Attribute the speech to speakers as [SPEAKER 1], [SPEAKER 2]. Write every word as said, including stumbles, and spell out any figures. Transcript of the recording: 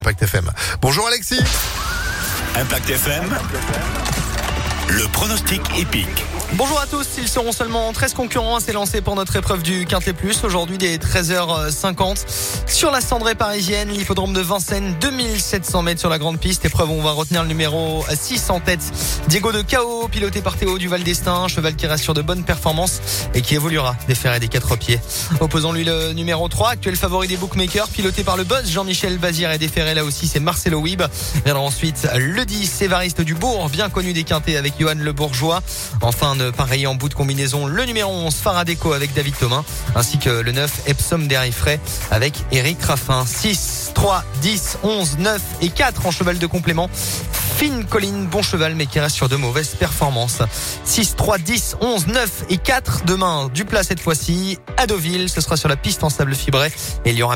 [SPEAKER 1] Impact F M. Bonjour Alexis.
[SPEAKER 2] Impact F M, le pronostic épique.
[SPEAKER 3] Bonjour à tous, ils seront seulement treize concurrents à s'élancer pour notre épreuve du Quintet Plus. Aujourd'hui dès treize heures cinquante sur la cendrée parisienne, l'hippodrome de Vincennes, deux mille sept cents mètres sur la grande piste. Épreuve où on va retenir le numéro six en tête, Diego de Cao, piloté par Théo Duval d'Estaing, cheval qui reste sur de bonnes performances et qui évoluera des ferrets des quatre pieds. Opposons-lui le numéro trois, actuel favori des bookmakers, piloté par le buzz Jean-Michel Bazir et déféré là aussi, c'est Marcelo Wib. Viendra ensuite le dix, Évariste Dubourg, bien connu des quintets avec Johan Le Bourgeois. Enfin, pareil en bout de combinaison, le numéro onze, Faradeco avec David Thomas, ainsi que le neuf, Epsom Derifray avec Eric Raffin. six, trois, dix, onze, neuf et quatre en cheval de complément. Fine Colline, bon cheval mais qui reste sur de mauvaises performances. six, trois, dix, onze, neuf et quatre. Demain, du plat cette fois-ci à Deauville. Ce sera sur la piste en sable fibré et il y aura